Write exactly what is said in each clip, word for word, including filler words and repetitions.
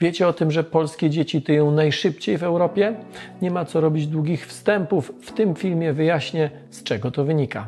Wiecie o tym, że polskie dzieci tyją najszybciej w Europie? Nie ma co robić długich wstępów. W tym filmie wyjaśnię, z czego to wynika.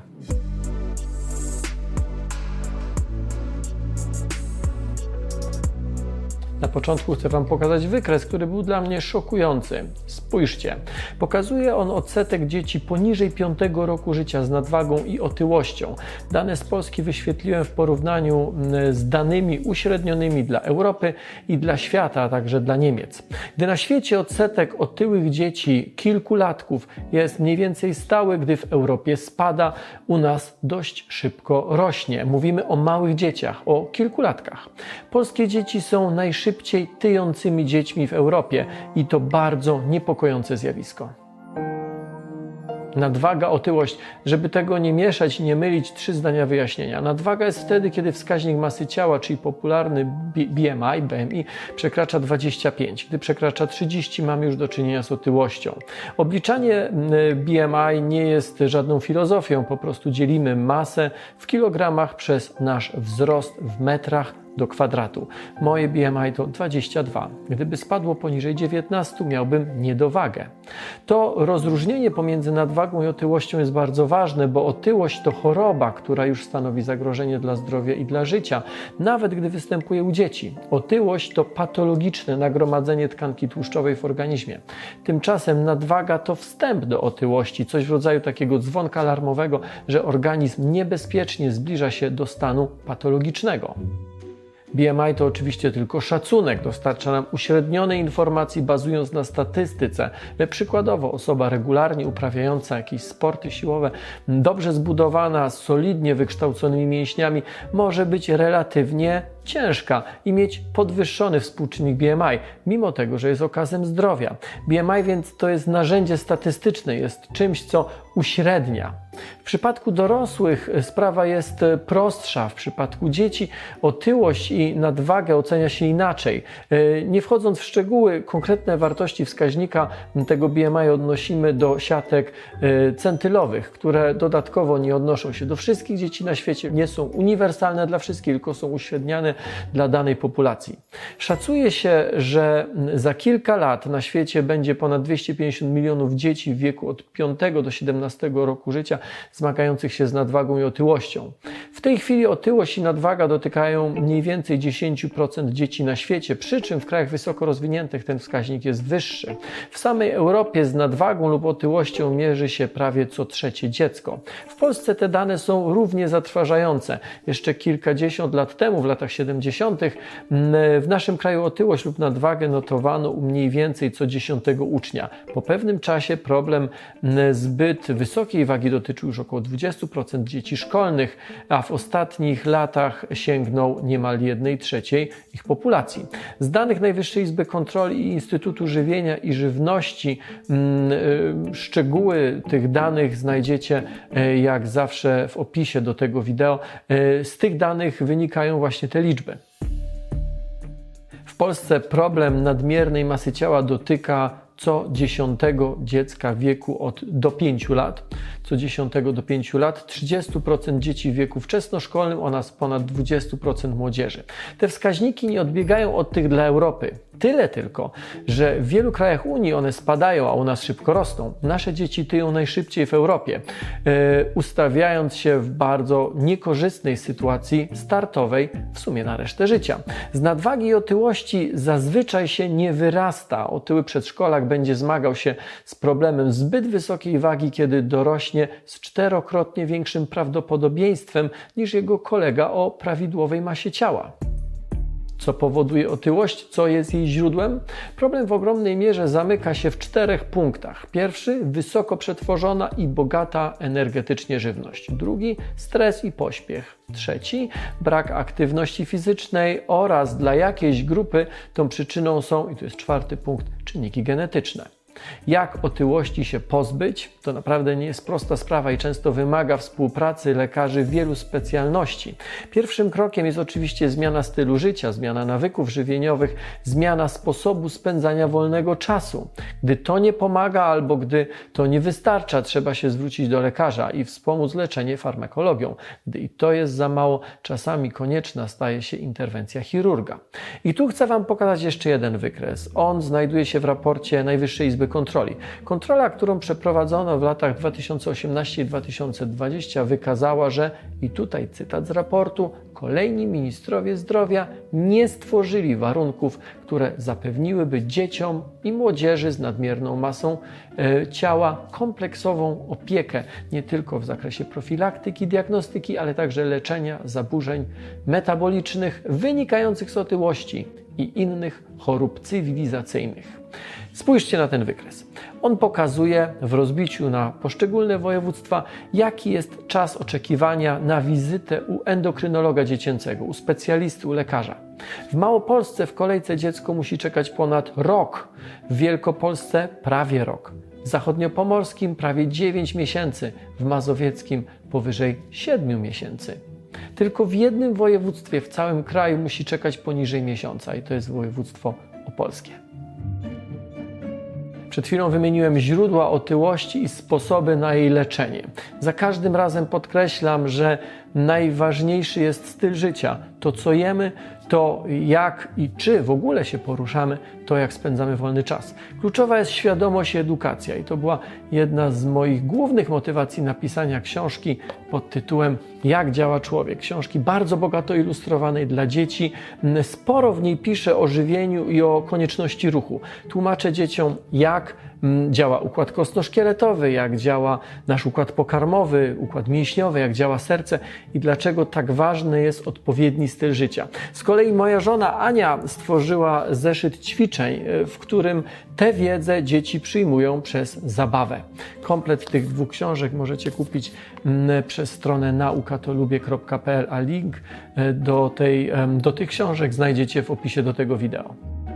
Na początku chcę Wam pokazać wykres, który był dla mnie szokujący. Spójrzcie. Pokazuje on odsetek dzieci poniżej piątego roku życia z nadwagą i otyłością. Dane z Polski wyświetliłem w porównaniu z danymi uśrednionymi dla Europy i dla świata, a także dla Niemiec. Gdy na świecie odsetek otyłych dzieci kilkulatków jest mniej więcej stały, gdy w Europie spada, u nas dość szybko rośnie. Mówimy o małych dzieciach, o kilkulatkach. Polskie dzieci są najszybciej szybciej tyjącymi dziećmi w Europie i to bardzo niepokojące zjawisko. Nadwaga, otyłość. Żeby tego nie mieszać i nie mylić, trzy zdania wyjaśnienia. Nadwaga jest wtedy, kiedy wskaźnik masy ciała, czyli popularny B M I, B M I, przekracza dwadzieścia pięć. Gdy przekracza trzydzieści, mamy już do czynienia z otyłością. Obliczanie B M I nie jest żadną filozofią, po prostu dzielimy masę w kilogramach przez nasz wzrost w metrach do kwadratu. Moje B M I to dwadzieścia dwa. Gdyby spadło poniżej dziewiętnastu, miałbym niedowagę. To rozróżnienie pomiędzy nadwagą i otyłością jest bardzo ważne, bo otyłość to choroba, która już stanowi zagrożenie dla zdrowia i dla życia, nawet gdy występuje u dzieci. Otyłość to patologiczne nagromadzenie tkanki tłuszczowej w organizmie. Tymczasem nadwaga to wstęp do otyłości, coś w rodzaju takiego dzwonka alarmowego, że organizm niebezpiecznie zbliża się do stanu patologicznego. B M I to oczywiście tylko szacunek, dostarcza nam uśrednionej informacji bazując na statystyce. Przykładowo osoba regularnie uprawiająca jakieś sporty siłowe, dobrze zbudowana, solidnie wykształconymi mięśniami może być relatywnie ciężka i mieć podwyższony współczynnik B M I, mimo tego, że jest okazem zdrowia. B M I więc to jest narzędzie statystyczne, jest czymś, co uśrednia. W przypadku dorosłych sprawa jest prostsza. W przypadku dzieci otyłość i nadwagę ocenia się inaczej. Nie wchodząc w szczegóły, konkretne wartości wskaźnika tego B M I odnosimy do siatek centylowych, które dodatkowo nie odnoszą się do wszystkich dzieci na świecie, nie są uniwersalne dla wszystkich, tylko są uśredniane dla danej populacji. Szacuje się, że za kilka lat na świecie będzie ponad dwieście pięćdziesiąt milionów dzieci w wieku od piątego do siedemnastego roku życia zmagających się z nadwagą i otyłością. W tej chwili otyłość i nadwaga dotykają mniej więcej dziesięć procent dzieci na świecie, przy czym w krajach wysoko rozwiniętych ten wskaźnik jest wyższy. W samej Europie z nadwagą lub otyłością mierzy się prawie co trzecie dziecko. W Polsce te dane są równie zatrważające. Jeszcze kilkadziesiąt lat temu, w latach siedemdziesiątych, w naszym kraju otyłość lub nadwagę notowano u mniej więcej co dziesiątego ucznia. Po pewnym czasie problem zbyt wysokiej wagi dotyczył już około dwudziestu procent dzieci szkolnych, a w ostatnich latach sięgnął niemal jednej trzeciej ich populacji. Z danych Najwyższej Izby Kontroli i Instytutu Żywienia i Żywności szczegóły tych danych znajdziecie jak zawsze w opisie do tego wideo. Z tych danych wynikają właśnie te liczby. W Polsce problem nadmiernej masy ciała dotyka co dziesiątego dziecka w wieku od do pięciu lat. Co dziesiątego do pięciu lat, trzydzieści procent dzieci w wieku wczesnoszkolnym oraz ponad dwadzieścia procent młodzieży. Te wskaźniki nie odbiegają od tych dla Europy. Tyle tylko, że w wielu krajach Unii one spadają, a u nas szybko rosną. Nasze dzieci tyją najszybciej w Europie, yy, ustawiając się w bardzo niekorzystnej sytuacji startowej w sumie na resztę życia. Z nadwagi i otyłości zazwyczaj się nie wyrasta. Otyły przedszkolak będzie zmagał się z problemem zbyt wysokiej wagi, kiedy dorośnie z czterokrotnie większym prawdopodobieństwem niż jego kolega o prawidłowej masie ciała. Co powoduje otyłość? Co jest jej źródłem? Problem w ogromnej mierze zamyka się w czterech punktach. Pierwszy, wysoko przetworzona i bogata energetycznie żywność. Drugi, stres i pośpiech. Trzeci, brak aktywności fizycznej oraz dla jakiejś grupy tą przyczyną są, i to jest czwarty punkt, czynniki genetyczne. Jak otyłości się pozbyć? To naprawdę nie jest prosta sprawa i często wymaga współpracy lekarzy wielu specjalności. Pierwszym krokiem jest oczywiście zmiana stylu życia, zmiana nawyków żywieniowych, zmiana sposobu spędzania wolnego czasu. Gdy to nie pomaga albo gdy to nie wystarcza, trzeba się zwrócić do lekarza i wspomóc leczenie farmakologią. Gdy i to jest za mało, czasami konieczna staje się interwencja chirurga. I tu chcę Wam pokazać jeszcze jeden wykres. On znajduje się w raporcie Najwyższej Izby Kontroli. Kontrola, którą przeprowadzono w latach dwa tysiące osiemnastym i dwa tysiące dwudziestym, wykazała, że, i tutaj cytat z raportu, kolejni ministrowie zdrowia nie stworzyli warunków, które zapewniłyby dzieciom i młodzieży z nadmierną masą e, ciała kompleksową opiekę, nie tylko w zakresie profilaktyki, diagnostyki, ale także leczenia zaburzeń metabolicznych wynikających z otyłości i innych chorób cywilizacyjnych. Spójrzcie na ten wykres. On pokazuje w rozbiciu na poszczególne województwa, jaki jest czas oczekiwania na wizytę u endokrynologa dziecięcego, u specjalisty, u lekarza. W Małopolsce w kolejce dziecko musi czekać ponad rok, w Wielkopolsce prawie rok, w zachodniopomorskim prawie dziewięć miesięcy, w mazowieckim powyżej siedmiu miesięcy. Tylko w jednym województwie w całym kraju musi czekać poniżej miesiąca i to jest województwo opolskie. Przed chwilą wymieniłem źródła otyłości i sposoby na jej leczenie. Za każdym razem podkreślam, że najważniejszy jest styl życia. To, co jemy, to jak i czy w ogóle się poruszamy, to jak spędzamy wolny czas. Kluczowa jest świadomość i edukacja i to była jedna z moich głównych motywacji napisania książki pod tytułem Jak działa człowiek. Książki bardzo bogato ilustrowanej dla dzieci. Sporo w niej piszę o żywieniu i o konieczności ruchu. Tłumaczę dzieciom, jak działa układ kostno-szkieletowy, jak działa nasz układ pokarmowy, układ mięśniowy, jak działa serce i dlaczego tak ważny jest odpowiedni styl życia. Z kolei moja żona Ania stworzyła zeszyt ćwiczeń, w którym tę wiedzę dzieci przyjmują przez zabawę. Komplet tych dwóch książek możecie kupić przez stronę nauka to lubię kropka p l, a link do, tej, do tych książek znajdziecie w opisie do tego wideo.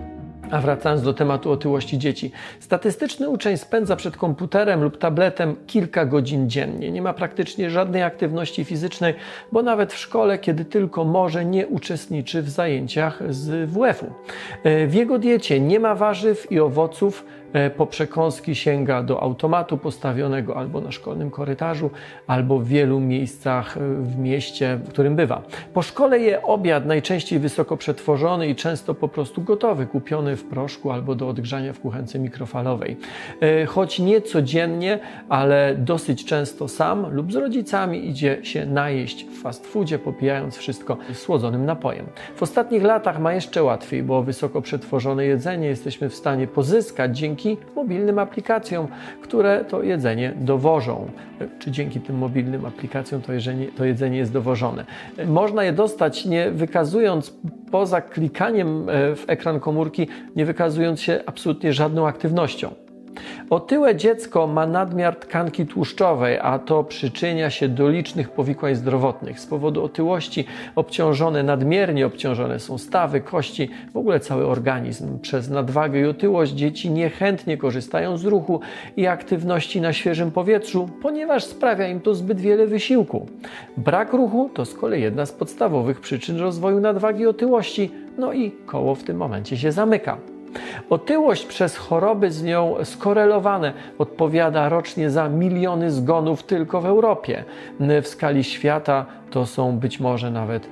A wracając do tematu otyłości dzieci. Statystyczny uczeń spędza przed komputerem lub tabletem kilka godzin dziennie. Nie ma praktycznie żadnej aktywności fizycznej, bo nawet w szkole, kiedy tylko może, nie uczestniczy w zajęciach z W F-u. W jego diecie nie ma warzyw i owoców. Po przekąski sięga do automatu postawionego albo na szkolnym korytarzu, albo w wielu miejscach w mieście, w którym bywa. Po szkole je obiad, najczęściej wysoko przetworzony i często po prostu gotowy, kupiony w proszku albo do odgrzania w kuchence mikrofalowej. Choć nie codziennie, ale dosyć często sam lub z rodzicami idzie się najeść w fast foodzie, popijając wszystko słodzonym napojem. W ostatnich latach ma jeszcze łatwiej, bo wysoko przetworzone jedzenie jesteśmy w stanie pozyskać dzięki mobilnym aplikacjom, które to jedzenie dowożą. Czy dzięki tym mobilnym aplikacjom to jedzenie, to jedzenie jest dowożone. Można je dostać nie wykazując, poza klikaniem w ekran komórki, nie wykazując się absolutnie żadną aktywnością. Otyłe dziecko ma nadmiar tkanki tłuszczowej, a to przyczynia się do licznych powikłań zdrowotnych. Z powodu otyłości obciążone, nadmiernie obciążone są stawy, kości, w ogóle cały organizm. Przez nadwagę i otyłość dzieci niechętnie korzystają z ruchu i aktywności na świeżym powietrzu, ponieważ sprawia im to zbyt wiele wysiłku. Brak ruchu to z kolei jedna z podstawowych przyczyn rozwoju nadwagi i otyłości, no i koło w tym momencie się zamyka. Otyłość przez choroby z nią skorelowane odpowiada rocznie za miliony zgonów tylko w Europie. W skali świata to są być może nawet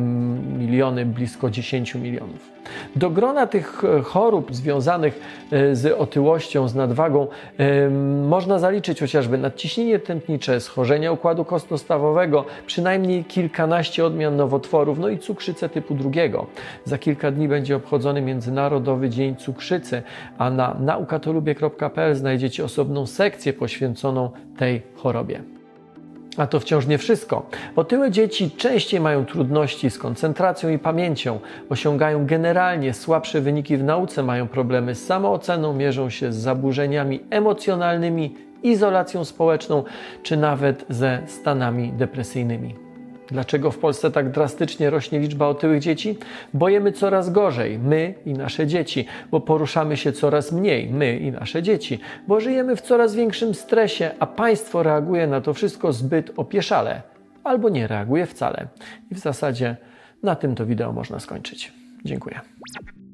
em, miliony, blisko dziesięciu milionów. Do grona tych chorób związanych z otyłością, z nadwagą em, można zaliczyć chociażby nadciśnienie tętnicze, schorzenia układu kostno-stawowego, przynajmniej kilkanaście odmian nowotworów, no i cukrzycę typu drugiego. Za kilka dni będzie obchodzony Międzynarodowy Dzień Cukrzycy, a na nauka to lubię kropka p l znajdziecie osobną sekcję poświęconą tej chorobie. A to wciąż nie wszystko. Otyłe dzieci częściej mają trudności z koncentracją i pamięcią, osiągają generalnie słabsze wyniki w nauce, mają problemy z samooceną, mierzą się z zaburzeniami emocjonalnymi, izolacją społeczną czy nawet ze stanami depresyjnymi. Dlaczego w Polsce tak drastycznie rośnie liczba otyłych dzieci? Bo jemy coraz gorzej, my i nasze dzieci, bo poruszamy się coraz mniej, my i nasze dzieci, bo żyjemy w coraz większym stresie, a państwo reaguje na to wszystko zbyt opieszale, albo nie reaguje wcale. I w zasadzie na tym to wideo można skończyć. Dziękuję.